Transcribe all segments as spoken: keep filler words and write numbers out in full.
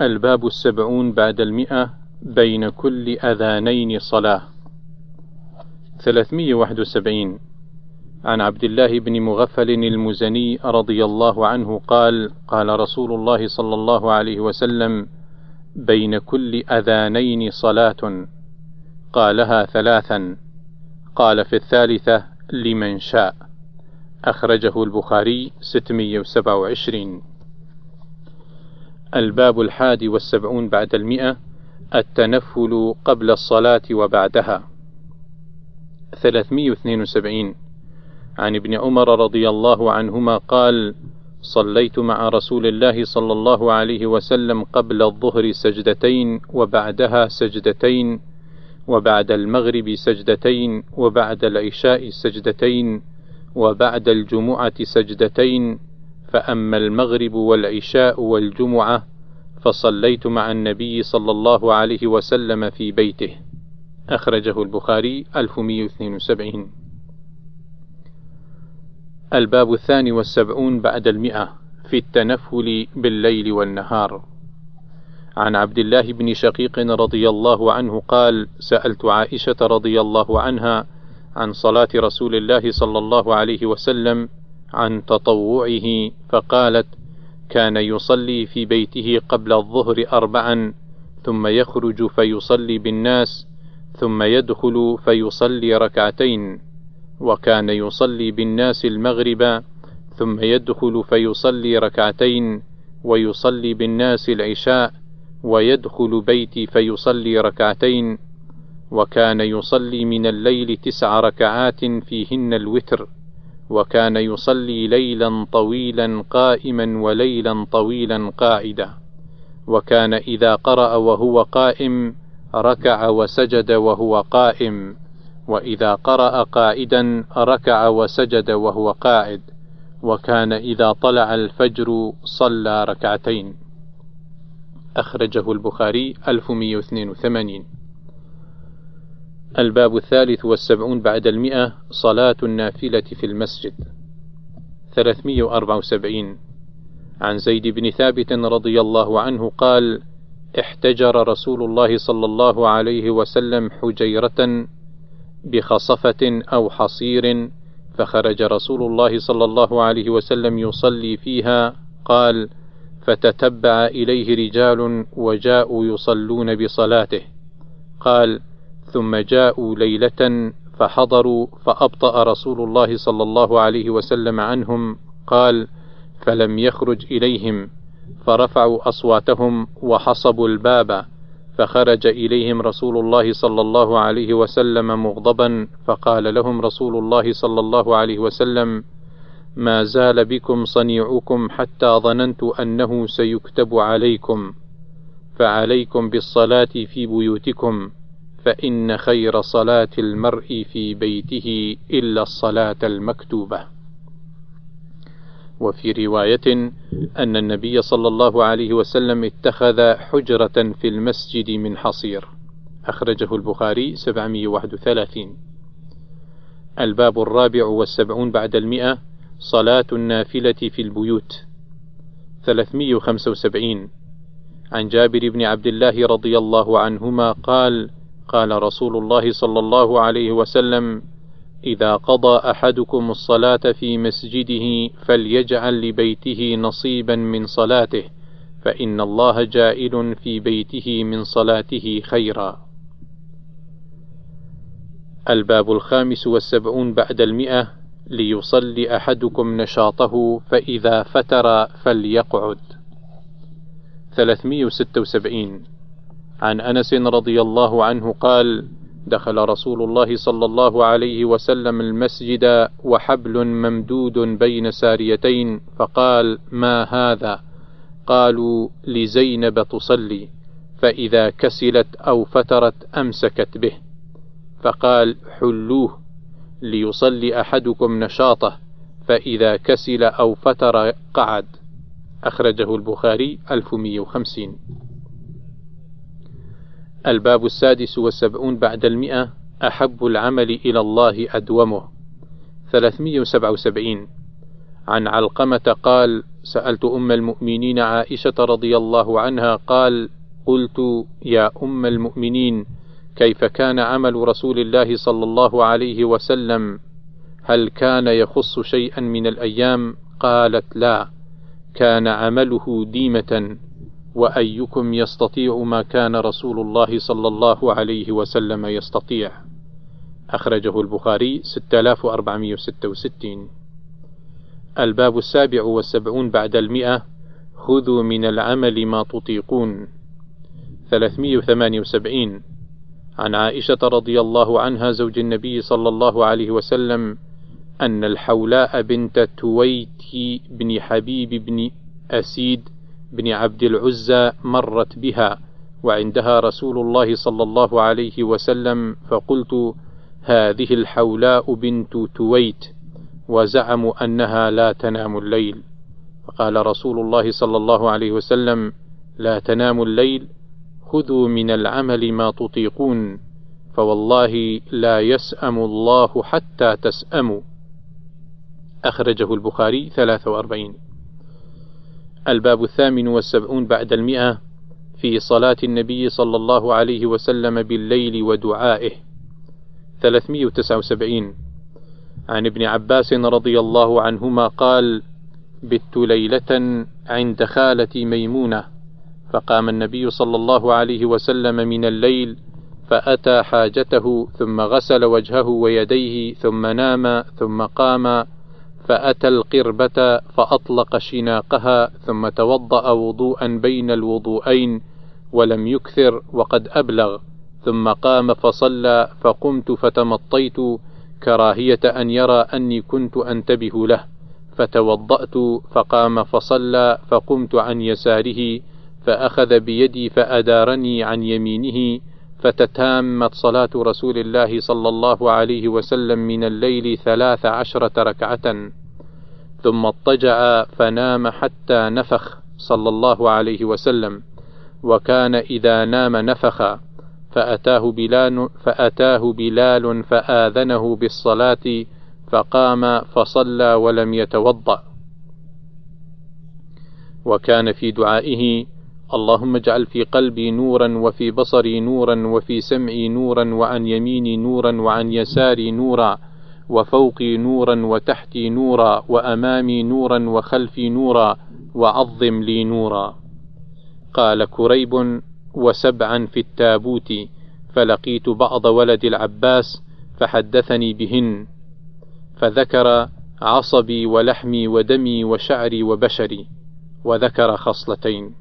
الباب السبعون بعد المئة بين كل أذانين صلاة. ثلاثمائة وواحد وسبعين. عن عبد الله بن مغفل المزني رضي الله عنه قال: قال رسول الله صلى الله عليه وسلم: بين كل أذانين صلاة. قالها ثلاثا، قال في الثالثة: لمن شاء. أخرجه البخاري ستمائة وسبعة وعشرين. الباب الحادي والسبعون بعد المئة التنفل قبل الصلاة وبعدها. ثلاثمائة واثنين وسبعين. عن ابن عمر رضي الله عنهما قال: صليت مع رسول الله صلى الله عليه وسلم قبل الظهر سجدتين وبعدها سجدتين وبعد المغرب سجدتين وبعد العشاء سجدتين وبعد الجمعة سجدتين، فأما المغرب والعشاء والجمعة فصليت مع النبي صلى الله عليه وسلم في بيته. أخرجه البخاري ألف ومائة واثنين وسبعين. الباب الثاني والسبعون بعد المئة في التنفل بالليل والنهار. عن عبد الله بن شقيق رضي الله عنه قال: سألت عائشة رضي الله عنها عن صلاة رسول الله صلى الله عليه وسلم عن تطوعه، فقالت: كان يصلي في بيته قبل الظهر أربعا، ثم يخرج فيصلي بالناس، ثم يدخل فيصلي ركعتين، وكان يصلي بالناس المغرب، ثم يدخل فيصلي ركعتين، ويصلي بالناس العشاء، ويدخل بيتي فيصلي ركعتين، وكان يصلي من الليل تسع ركعات فيهن الوتر، وكان يصلي ليلا طويلا قائما وليلا طويلا قاعدا، وكان إذا قرأ وهو قائم ركع وسجد وهو قائم، وإذا قرأ قاعدا ركع وسجد وهو قاعد، وكان إذا طلع الفجر صلى ركعتين. أخرجه البخاري ألف ومائة واثنين وثمانين. الباب الثالث والسبعون بعد المئة صلاة النافلة في المسجد. ثلاثمائة وأربعة وسبعين. عن زيد بن ثابت رضي الله عنه قال: احتجر رسول الله صلى الله عليه وسلم حجيرة بخصفة أو حصير، فخرج رسول الله صلى الله عليه وسلم يصلي فيها. قال: فتتبع إليه رجال وجاءوا يصلون بصلاته. قال: ثم جاءوا ليلة فحضروا فأبطأ رسول الله صلى الله عليه وسلم عنهم. قال: فلم يخرج إليهم، فرفعوا أصواتهم وحصبوا الباب، فخرج إليهم رسول الله صلى الله عليه وسلم مغضبا، فقال لهم رسول الله صلى الله عليه وسلم: ما زال بكم صنيعكم حتى ظننت أنه سيكتب عليكم، فعليكم بالصلاة في بيوتكم، فإن خير صلاة المرء في بيته إلا الصلاة المكتوبة. وفي رواية أن النبي صلى الله عليه وسلم اتخذ حجرة في المسجد من حصير. أخرجه البخاري سبعمائة وواحد وثلاثين. الباب الرابع والسبعون بعد المئة صلاة النافلة في البيوت. ثلاثمائة وخمسة وسبعين. عن جابر بن عبد الله رضي الله عنهما قال: قال رسول الله صلى الله عليه وسلم: إذا قضى أحدكم الصلاة في مسجده فليجعل لبيته نصيبا من صلاته، فإن الله جائل في بيته من صلاته خيرا. الباب الخامس والسبعون بعد المئة ليصلي أحدكم نشاطه، فإذا فتر فليقعد. ثلاثمائة وستة وسبعين. عن أنس رضي الله عنه قال: دخل رسول الله صلى الله عليه وسلم المسجد وحبل ممدود بين ساريتين، فقال: ما هذا؟ قالوا: لزينب تصلي، فإذا كسلت أو فترت أمسكت به، فقال: حلوه ليصلي أحدكم نشاطه، فإذا كسل أو فتر قعد. أخرجه البخاري ألف ومائة وخمسين. الباب السادس والسبعون بعد المئة أحب العمل إلى الله أدومه. ثلاثمائة وسبعة وسبعين. عن علقمة قال: سألت أم المؤمنين عائشة رضي الله عنها قال: قلت: يا أم المؤمنين، كيف كان عمل رسول الله صلى الله عليه وسلم؟ هل كان يخص شيئا من الأيام؟ قالت: لا، كان عمله ديمة. وأيكم يستطيع ما كان رسول الله صلى الله عليه وسلم يستطيع؟ أخرجه البخاري ستة آلاف وأربعمائة وستة وستين. الباب السابع والسبعون بعد المئة: خذوا من العمل ما تطيقون. ثلاثمائة وثمانية وسبعين. عن عائشة رضي الله عنها زوج النبي صلى الله عليه وسلم أن الحولاء بنت تويت بن حبيب بن أسيد بن عبد العزى مرت بها وعندها رسول الله صلى الله عليه وسلم، فقلت: هذه الحولاء بنت تويت، وزعموا أنها لا تنام الليل. فقال رسول الله صلى الله عليه وسلم: لا تنام الليل، خذوا من العمل ما تطيقون، فوالله لا يسأم الله حتى تسأموا. أخرجه البخاري ثلاثة وأربعين. الباب الثامن والسبعون بعد المئة: في صلاة النبي صلى الله عليه وسلم بالليل ودعائه. ثلاثمائة وتسعة وسبعين. عن ابن عباس رضي الله عنهما قال: بت ليلة عند خالتي ميمونة، فقام النبي صلى الله عليه وسلم من الليل فأتى حاجته، ثم غسل وجهه ويديه، ثم نام، ثم قام فأتى القربة فأطلق شناقها، ثم توضأ وضوءا بين الوضوءين ولم يكثر وقد أبلغ، ثم قام فصلى، فقمت فتمطيت كراهية أن يرى أني كنت أنتبه له، فتوضأت، فقام فصلى، فقمت عن يساره فأخذ بيدي فأدارني عن يمينه، فتتامت صلاة رسول الله صلى الله عليه وسلم من الليل ثلاث عشرة ركعة، ثم اضطجع فنام حتى نفخ صلى الله عليه وسلم، وكان إذا نام نفخ، فأتاه بلال, فأتاه بلال فآذنه بالصلاة، فقام فصلى ولم يتوضأ. وكان في دعائه: اللهم اجعل في قلبي نورا، وفي بصري نورا، وفي سمعي نورا، وعن يميني نورا، وعن يساري نورا، وفوقي نورا، وتحتي نورا، وأمامي نورا، وخلفي نورا، وعظم لي نورا. قال كريب: وسبعا في التابوت، فلقيت بعض ولد العباس فحدثني بهن، فذكر عصبي ولحمي ودمي وشعري وبشري، وذكر خصلتين.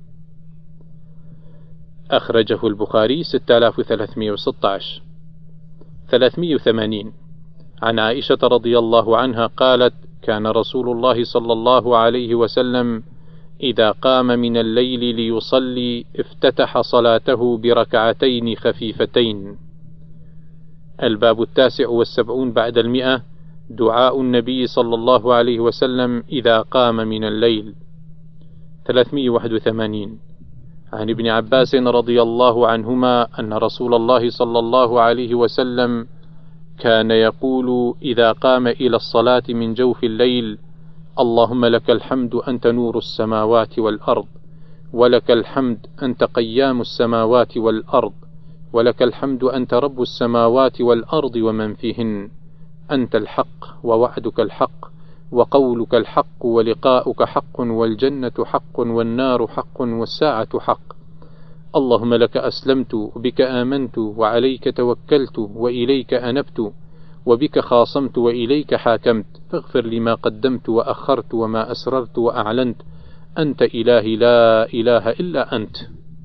أخرجه البخاري ستة آلاف وثلاثمائة وستة عشر. ثلاثمائة وثمانين. عن عائشة رضي الله عنها قالت: كان رسول الله صلى الله عليه وسلم إذا قام من الليل ليصلي افتتح صلاته بركعتين خفيفتين. الباب التاسع والسبعون بعد المئة: دعاء النبي صلى الله عليه وسلم إذا قام من الليل. ثلاثمائة وواحد وثمانين. عن ابن عباس رضي الله عنهما أن رسول الله صلى الله عليه وسلم كان يقول إذا قام إلى الصلاة من جوف الليل: اللهم لك الحمد أنت نور السماوات والأرض، ولك الحمد أنت قيام السماوات والأرض، ولك الحمد أنت رب السماوات والأرض ومن فيهن، أنت الحق ووعدك الحق وقولك الحق ولقاؤك حق والجنة حق والنار حق والساعة حق. اللهم لك أسلمت وبك آمنت وعليك توكلت وإليك أنبت وبك خاصمت وإليك حاكمت، فاغفر لما قدمت وأخرت وما أسررت وأعلنت، أنت إلهي لا إله إلا أنت.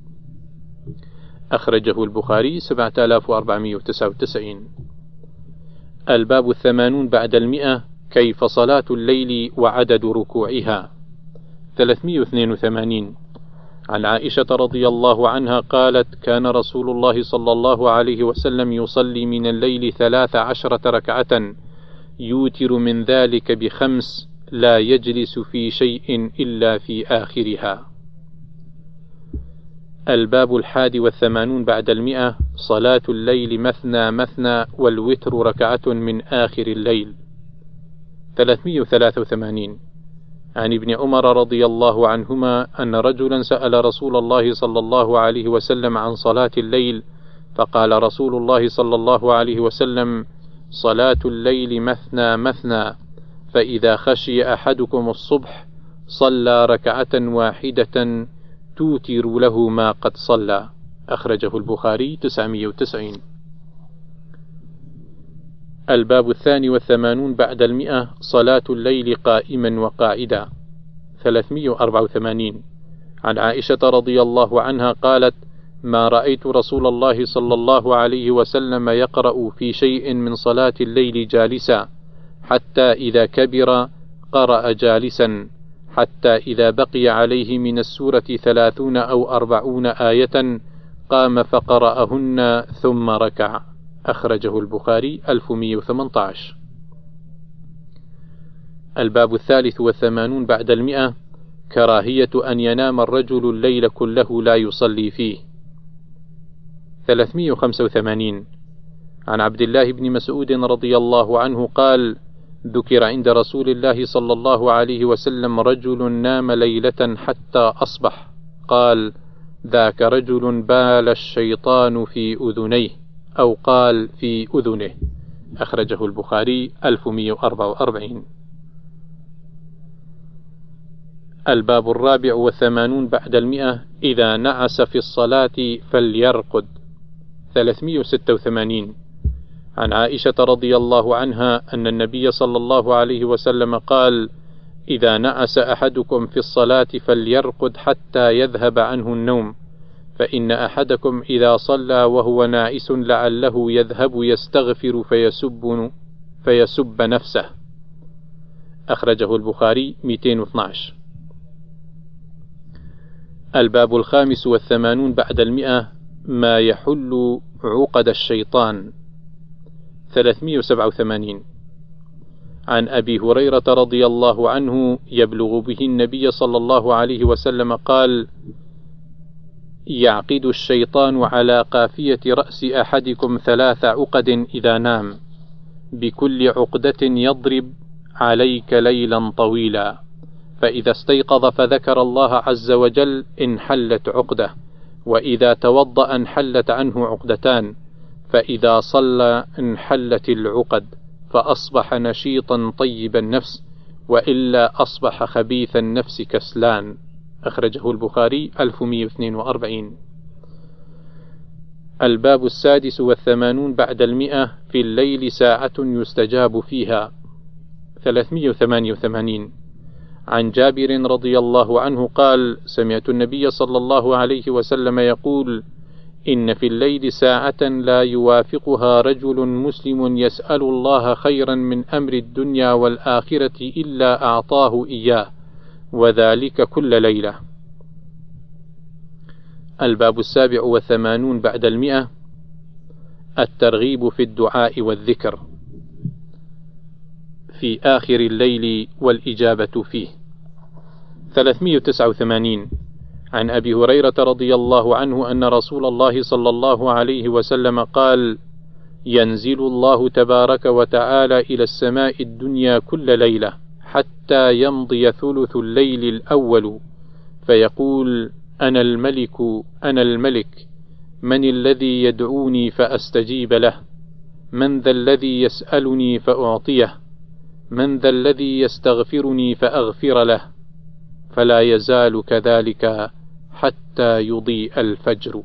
أخرجه البخاري سبعة آلاف وأربعمائة وتسعة وتسعين. الباب الثمانون بعد المئة: كيف صلاة الليل وعدد ركوعها. ثلاثمائة واثنين وثمانين. عن عائشة رضي الله عنها قالت: كان رسول الله صلى الله عليه وسلم يصلي من الليل ثلاث عشرة ركعة، يوتر من ذلك بخمس، لا يجلس في شيء إلا في آخرها. الباب الحادي والثمانون بعد المئة: صلاة الليل مثنى مثنى، والوتر ركعة من آخر الليل. ثلاثمائة وثلاثة وثمانين. عن ابن عمر رضي الله عنهما أن رجلا سأل رسول الله صلى الله عليه وسلم عن صلاة الليل، فقال رسول الله صلى الله عليه وسلم: صلاة الليل مثنى مثنى، فإذا خشي أحدكم الصبح صلى ركعة واحدة توتر له ما قد صلى. أخرجه البخاري تسعمائة وتسعين. الباب الثاني والثمانون بعد المئة: صلاة الليل قائما وقاعدا. ثلاثمائة وأربعة وثمانين. عن عائشة رضي الله عنها قالت: ما رأيت رسول الله صلى الله عليه وسلم يقرأ في شيء من صلاة الليل جالسا، حتى إذا كبر قرأ جالسا، حتى إذا بقي عليه من السورة ثلاثون أو أربعون آية قام فقرأهن ثم ركع. أخرجه البخاري ألف ومائة وثمانية عشر. الباب الثالث والثمانون بعد المئة: كراهية أن ينام الرجل الليل كله لا يصلي فيه. ثلاثمائة وخمسة وثمانين. عن عبد الله بن مسعود رضي الله عنه قال: ذكر عند رسول الله صلى الله عليه وسلم رجل نام ليلة حتى أصبح، قال: ذاك رجل بال الشيطان في أذنيه، أو قال في أذنه. أخرجه البخاري ألف ومائة وأربعة وأربعين. الباب الرابع والثمانون بعد المئة: إذا نعس في الصلاة فليرقد. ثلاثمائة وستة وثمانين. عن عائشة رضي الله عنها أن النبي صلى الله عليه وسلم قال: إذا نعس أحدكم في الصلاة فليرقد حتى يذهب عنه النوم، فإن أحدكم إذا صلى وهو ناعس لعله يذهب يستغفر فيسب, فيسب نفسه. أخرجه البخاري مئتين واثني عشر. الباب الخامس والثمانون بعد المئة: ما يحل عقد الشيطان. ثلاثمائة وسبعة وثمانين. عن أبي هريرة رضي الله عنه يبلغ به النبي صلى الله عليه وسلم قال: يعقد الشيطان على قافية رأس أحدكم ثلاث عقد إذا نام، بكل عقدة يضرب عليك ليلا طويلا، فإذا استيقظ فذكر الله عز وجل انحلت عقدة، وإذا توضأ انحلت عنه عقدتان، فإذا صلى انحلت العقد، فأصبح نشيطا طيب النفس، وإلا أصبح خبيث النفس كسلان. أخرجه البخاري ألف ومائة واثنين وأربعين. الباب السادس والثمانون بعد المئة: في الليل ساعة يستجاب فيها. ثلاثمائة وثمانية وثمانين. عن جابر رضي الله عنه قال: سمعت النبي صلى الله عليه وسلم يقول: إن في الليل ساعة لا يوافقها رجل مسلم يسأل الله خيرا من أمر الدنيا والآخرة إلا أعطاه إياه، وذلك كل ليلة. الباب السابع والثمانون بعد المئة: الترغيب في الدعاء والذكر في آخر الليل والإجابة فيه. ثلاثمائة وتسعة وثمانين. عن أبي هريرة رضي الله عنه أن رسول الله صلى الله عليه وسلم قال: ينزل الله تبارك وتعالى إلى السماء الدنيا كل ليلة حتى يمضي ثلث الليل الأول، فيقول: أنا الملك أنا الملك، من الذي يدعوني فأستجيب له؟ من ذا الذي يسألني فأعطيه؟ من ذا الذي يستغفرني فأغفر له؟ فلا يزال كذلك حتى يضيء الفجر.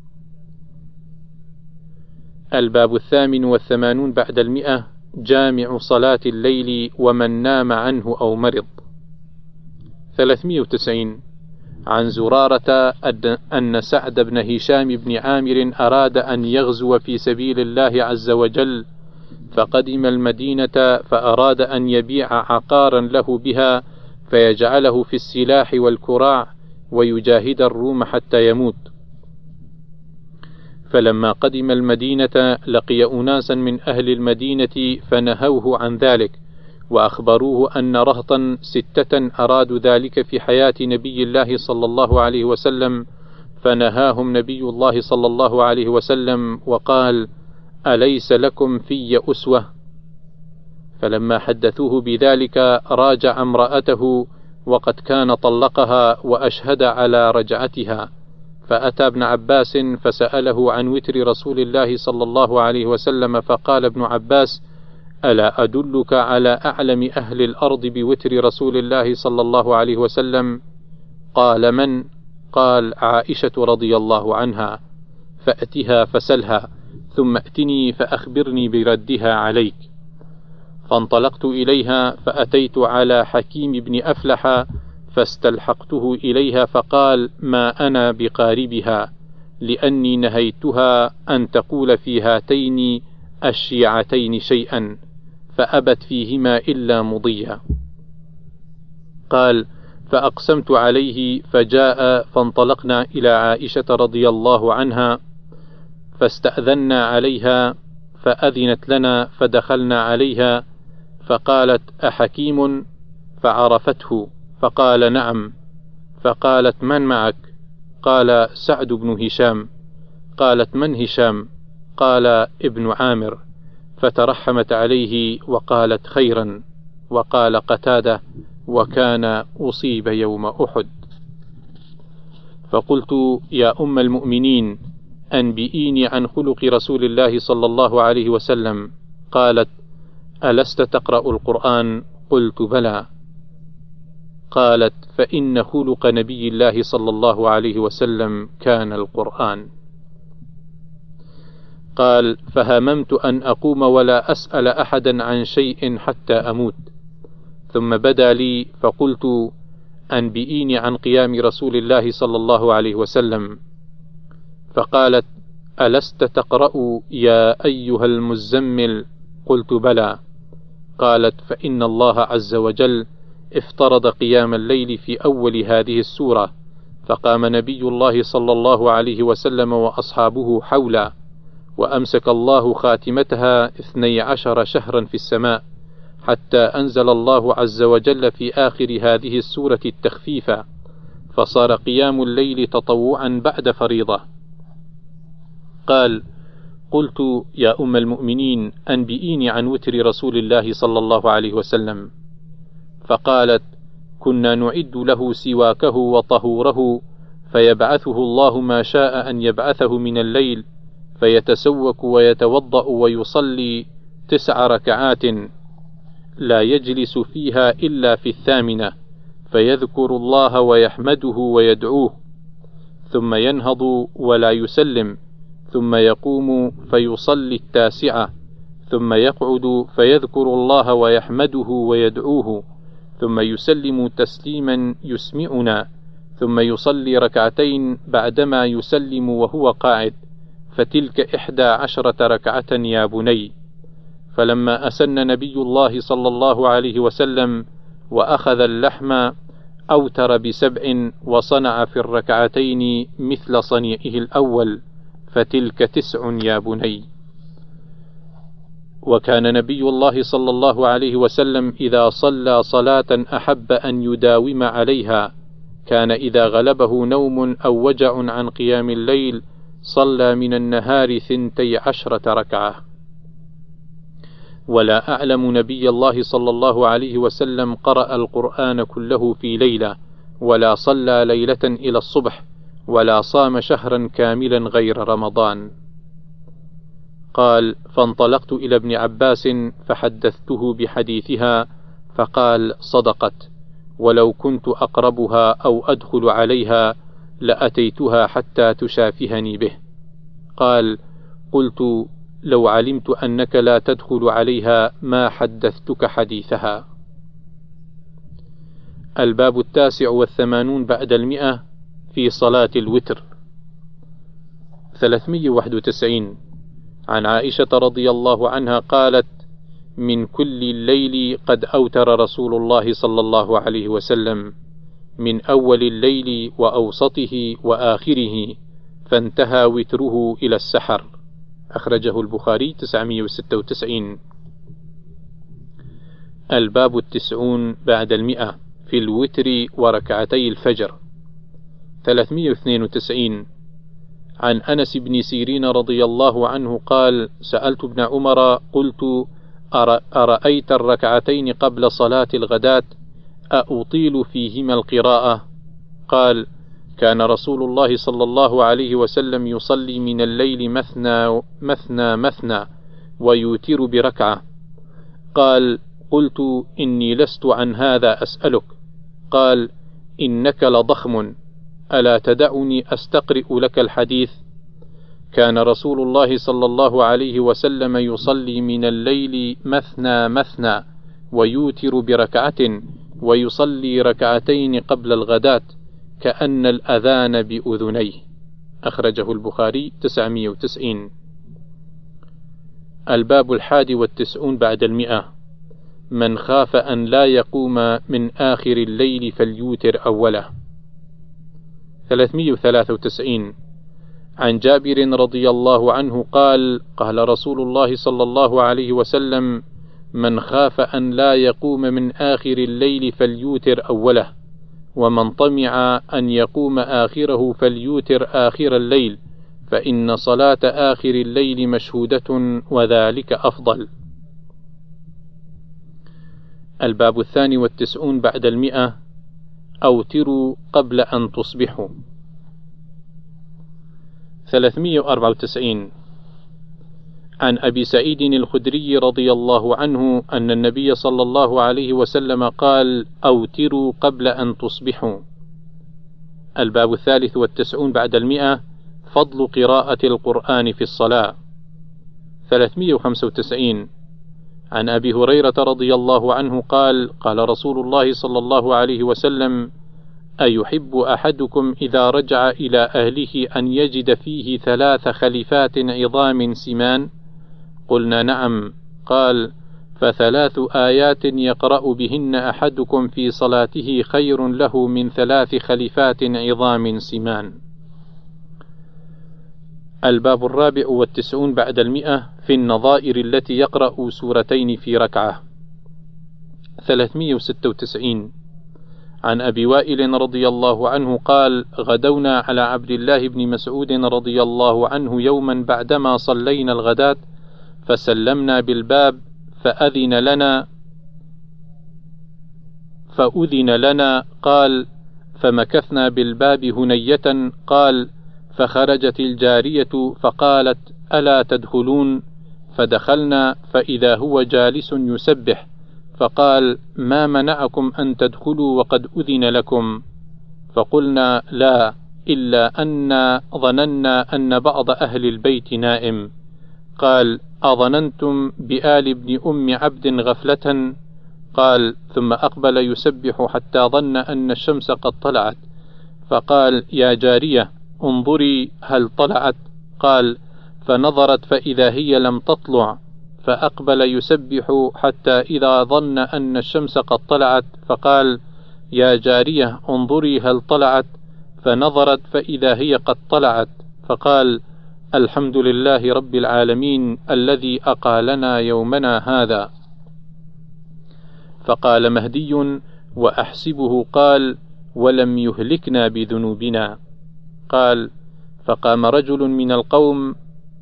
الباب الثامن والثمانون بعد المئة: جامع صلاة الليل ومن نام عنه أو مرض. ثلاثمائة وتسعين. عن زرارة أن سعد بن هشام بن عامر أراد أن يغزو في سبيل الله عز وجل، فقدم المدينة فأراد أن يبيع عقارا له بها فيجعله في السلاح والكراع ويجاهد الروم حتى يموت. فلما قدم المدينة لقي أناسا من أهل المدينة فنهوه عن ذلك، وأخبروه أن رهطا ستة أرادوا ذلك في حياة نبي الله صلى الله عليه وسلم، فنهاهم نبي الله صلى الله عليه وسلم وقال: أليس لكم في أسوة؟ فلما حدثوه بذلك راجع امرأته وقد كان طلقها وأشهد على رجعتها، فأتى ابن عباس فسأله عن وتر رسول الله صلى الله عليه وسلم، فقال ابن عباس: ألا أدلك على أعلم أهل الأرض بوتر رسول الله صلى الله عليه وسلم؟ قال: من؟ قال: عائشة رضي الله عنها، فأتها فسلها، ثم أتني فأخبرني بردها عليك. فانطلقت إليها فأتيت على حكيم بن أفلح فاستلحقته إليها، فقال: ما أنا بقاربها، لأني نهيتها أن تقول في هاتين الشيعتين شيئا، فأبت فيهما إلا مضيا. قال: فأقسمت عليه فجاء، فانطلقنا إلى عائشة رضي الله عنها فاستأذنا عليها، فأذنت لنا فدخلنا عليها، فقالت: أحكيم؟ فعرفته، فقال: نعم. فقالت: من معك؟ قال: سعد بن هشام. قالت: من هشام؟ قال: ابن عامر. فترحمت عليه وقالت: خيرا. وقال قتادة: وكان أصيب يوم أحد. فقلت: يا أم المؤمنين، أنبئيني عن خلق رسول الله صلى الله عليه وسلم. قالت: ألست تقرأ القرآن؟ قلت: بلى. قالت: فإن خلق نبي الله صلى الله عليه وسلم كان القرآن. قال: فهممت أن أقوم ولا أسأل أحدا عن شيء حتى أموت، ثم بدا لي فقلت: أنبئيني عن قيام رسول الله صلى الله عليه وسلم. فقالت: ألست تقرأ يا أيها المزمل؟ قلت: بلى. قالت: فإن الله عز وجل افترض قيام الليل في أول هذه السورة، فقام نبي الله صلى الله عليه وسلم وأصحابه حولا، وأمسك الله خاتمتها اثني عشر شهرا في السماء، حتى أنزل الله عز وجل في آخر هذه السورة التخفيف، فصار قيام الليل تطوعا بعد فريضة. قال: قلت: يا أم المؤمنين، أنبئيني عن وتر رسول الله صلى الله عليه وسلم. فقالت: كنا نعد له سواكه وطهوره، فيبعثه الله ما شاء أن يبعثه من الليل، فيتسوك ويتوضأ ويصلي تسع ركعات لا يجلس فيها إلا في الثامنة، فيذكر الله ويحمده ويدعوه، ثم ينهض ولا يسلم، ثم يقوم فيصلي التاسعة، ثم يقعد فيذكر الله ويحمده ويدعوه، ثم يسلم تسليما يسمعنا، ثم يصلي ركعتين بعدما يسلم وهو قاعد، فتلك إحدى عشرة ركعة يا بني. فلما أسن نبي الله صلى الله عليه وسلم وأخذ اللحم أوتر بسبع، وصنع في الركعتين مثل صنيعه الأول، فتلك تسع يا بني. وكان نبي الله صلى الله عليه وسلم إذا صلى صلاة أحب أن يداوم عليها، كان إذا غلبه نوم أو وجع عن قيام الليل صلى من النهار ثنتي عشرة ركعة. ولا أعلم نبي الله صلى الله عليه وسلم قرأ القرآن كله في ليلة، ولا صلى ليلة إلى الصبح، ولا صام شهرا كاملا غير رمضان. قال: فانطلقت إلى ابن عباس فحدثته بحديثها، فقال: صدقت، ولو كنت أقربها أو أدخل عليها لأتيتها حتى تشافهني به. قال: قلت: لو علمت أنك لا تدخل عليها ما حدثتك حديثها. الباب التاسع والثمانون بعد المئة في صلاة الوتر. ثلاثمئة وواحد وتسعين. عن عائشة رضي الله عنها قالت: من كل الليل قد أوتر رسول الله صلى الله عليه وسلم، من أول الليل وأوسطه وآخره، فانتهى وتره إلى السحر. أخرجه البخاري تسعمئة وستة وتسعين. الباب التسعون بعد المئة في الوتر وركعتي الفجر. ثلاثمئة واثنين وتسعين. عن أنس بن سيرين رضي الله عنه قال: سألت ابن عمر قلت: أرأيت الركعتين قبل صلاة الغداة أأطيل فيهما القراءة؟ قال: كان رسول الله صلى الله عليه وسلم يصلي من الليل مثنى مثنى مثنى ويوتر بركعة. قال: قلت: إني لست عن هذا أسألك. قال: إنك لضخم، ألا تدعني أستقرئ لك الحديث؟ كان رسول الله صلى الله عليه وسلم يصلي من الليل مثنى مثنى ويوتر بركعة، ويصلي ركعتين قبل الغداة كأن الأذان بأذنيه. أخرجه البخاري تسعمائة وتسعين. الباب الحادي والتسعون بعد المئة: من خاف أن لا يقوم من آخر الليل فليوتر أوله. ثلاثمائة وثلاثة وتسعين. عن جابر رضي الله عنه قال: قال رسول الله صلى الله عليه وسلم: من خاف أن لا يقوم من آخر الليل فليوتر أوله، ومن طمع أن يقوم آخره فليوتر آخر الليل، فإن صلاة آخر الليل مشهودة وذلك أفضل. الباب الثاني والتسعون بعد المئة: أوتروا قبل أن تصبحوا. ثلاثمائة وأربعة وتسعين. عن أبي سعيد الخدري رضي الله عنه أن النبي صلى الله عليه وسلم قال: أوتروا قبل أن تصبحوا. الباب الثالث والتسعون بعد المئة: فضل قراءة القرآن في الصلاة. ثلاثمائة وخمسة وتسعين. عن أبي هريرة رضي الله عنه قال: قال رسول الله صلى الله عليه وسلم: أيحب أحدكم إذا رجع إلى أهله أن يجد فيه ثلاث خليفات عظام سمان؟ قلنا: نعم. قال: فثلاث آيات يقرأ بهن أحدكم في صلاته خير له من ثلاث خليفات عظام سمان. الباب الرابع والتسعون بعد المئة: في النظائر التي يقرأ سورتين في ركعة. ثلاثمائة وستة وتسعين. عن أبي وائل رضي الله عنه قال: غدونا على عبد الله بن مسعود رضي الله عنه يوما بعدما صلينا الغداة، فسلمنا بالباب فأذن لنا فأذن لنا قال: فمكثنا بالباب هنية. قال: فخرجت الجارية فقالت: ألا تدخلون؟ فدخلنا فإذا هو جالس يسبح، فقال: ما منعكم أن تدخلوا وقد أذن لكم؟ فقلنا: لا، إلا أن ظننا أن بعض أهل البيت نائم. قال: أظننتم بآل ابن أم عبد غفلة؟ قال: ثم أقبل يسبح حتى ظن أن الشمس قد طلعت، فقال: يا جارية انظري هل طلعت؟ قال: فنظرت فإذا هي لم تطلع، فأقبل يسبح حتى إذا ظن أن الشمس قد طلعت، فقال: يا جارية انظري هل طلعت؟ فنظرت فإذا هي قد طلعت، فقال: الحمد لله رب العالمين الذي أقالنا يومنا هذا. فقال مهدي: وأحسبه قال: ولم يهلكنا بذنوبنا. قال: فقام رجل من القوم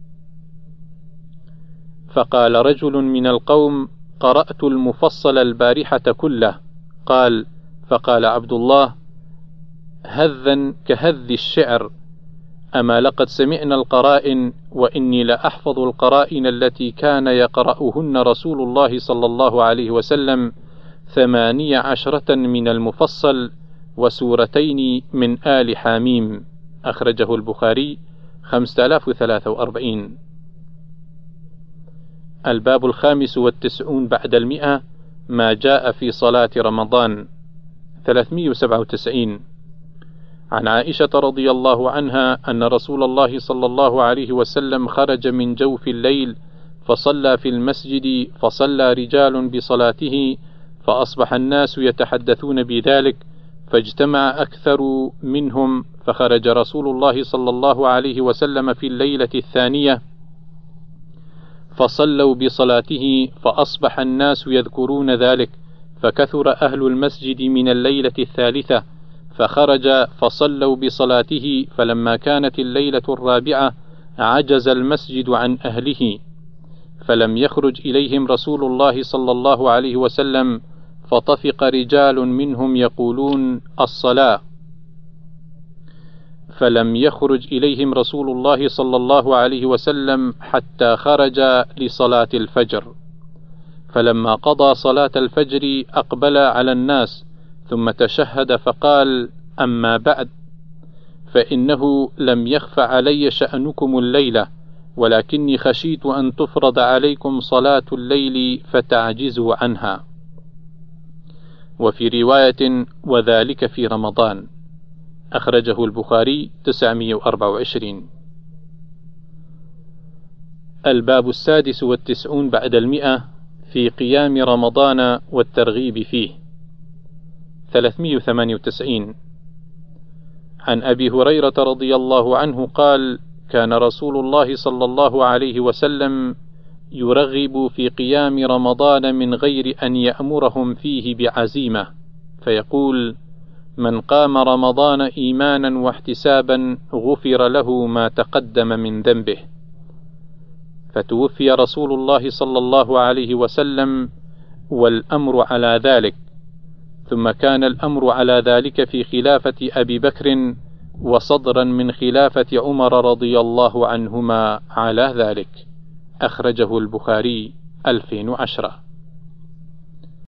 فقال رجل من القوم: قرأت المفصل البارحة كله. قال: فقال عبد الله: هذا كهذ الشعر، أما لقد سمعنا القرائن، وإني لأحفظ القرائن التي كان يقرأهن رسول الله صلى الله عليه وسلم، ثمانية عشرة من المفصل وسورتين من آل حاميم. أخرجه البخاري خمسة آلاف وثلاثة وأربعين. الباب الخامس والتسعون بعد المئة: ما جاء في صلاة رمضان. ثلاثمائة وسبعة وتسعين. عن عائشة رضي الله عنها أن رسول الله صلى الله عليه وسلم خرج من جوف الليل فصلى في المسجد، فصلى رجال بصلاته، فأصبح الناس يتحدثون بذلك، فاجتمع أكثر منهم، فخرج رسول الله صلى الله عليه وسلم في الليلة الثانية فصلوا بصلاته، فأصبح الناس يذكرون ذلك، فكثر أهل المسجد من الليلة الثالثة، فخرج فصلوا بصلاته، فلما كانت الليلة الرابعة عجز المسجد عن أهله، فلم يخرج إليهم رسول الله صلى الله عليه وسلم، فطفق رجال منهم يقولون الصلاة، فلم يخرج إليهم رسول الله صلى الله عليه وسلم حتى خرج لصلاة الفجر، فلما قضى صلاة الفجر أقبل على الناس ثم تشهد فقال: أما بعد، فإنه لم يخف علي شأنكم الليلة، ولكني خشيت أن تفرض عليكم صلاة الليل فتعجزوا عنها. وفي رواية: وذلك في رمضان. أخرجه البخاري تسعمائة وأربعة وعشرين. الباب السادس والتسعون بعد المئة في قيام رمضان والترغيب فيه. ثلاثمائة وثمانية وتسعين. عن أبي هريرة رضي الله عنه قال: كان رسول الله صلى الله عليه وسلم يرغب في قيام رمضان من غير أن يأمرهم فيه بعزيمة، فيقول: من قام رمضان إيمانا واحتسابا غفر له ما تقدم من ذنبه. فتوفي رسول الله صلى الله عليه وسلم والأمر على ذلك، ثم كان الأمر على ذلك في خلافة أبي بكر، وصدرا من خلافة عمر رضي الله عنهما على ذلك. أخرجه البخاري ألفين وعشرة.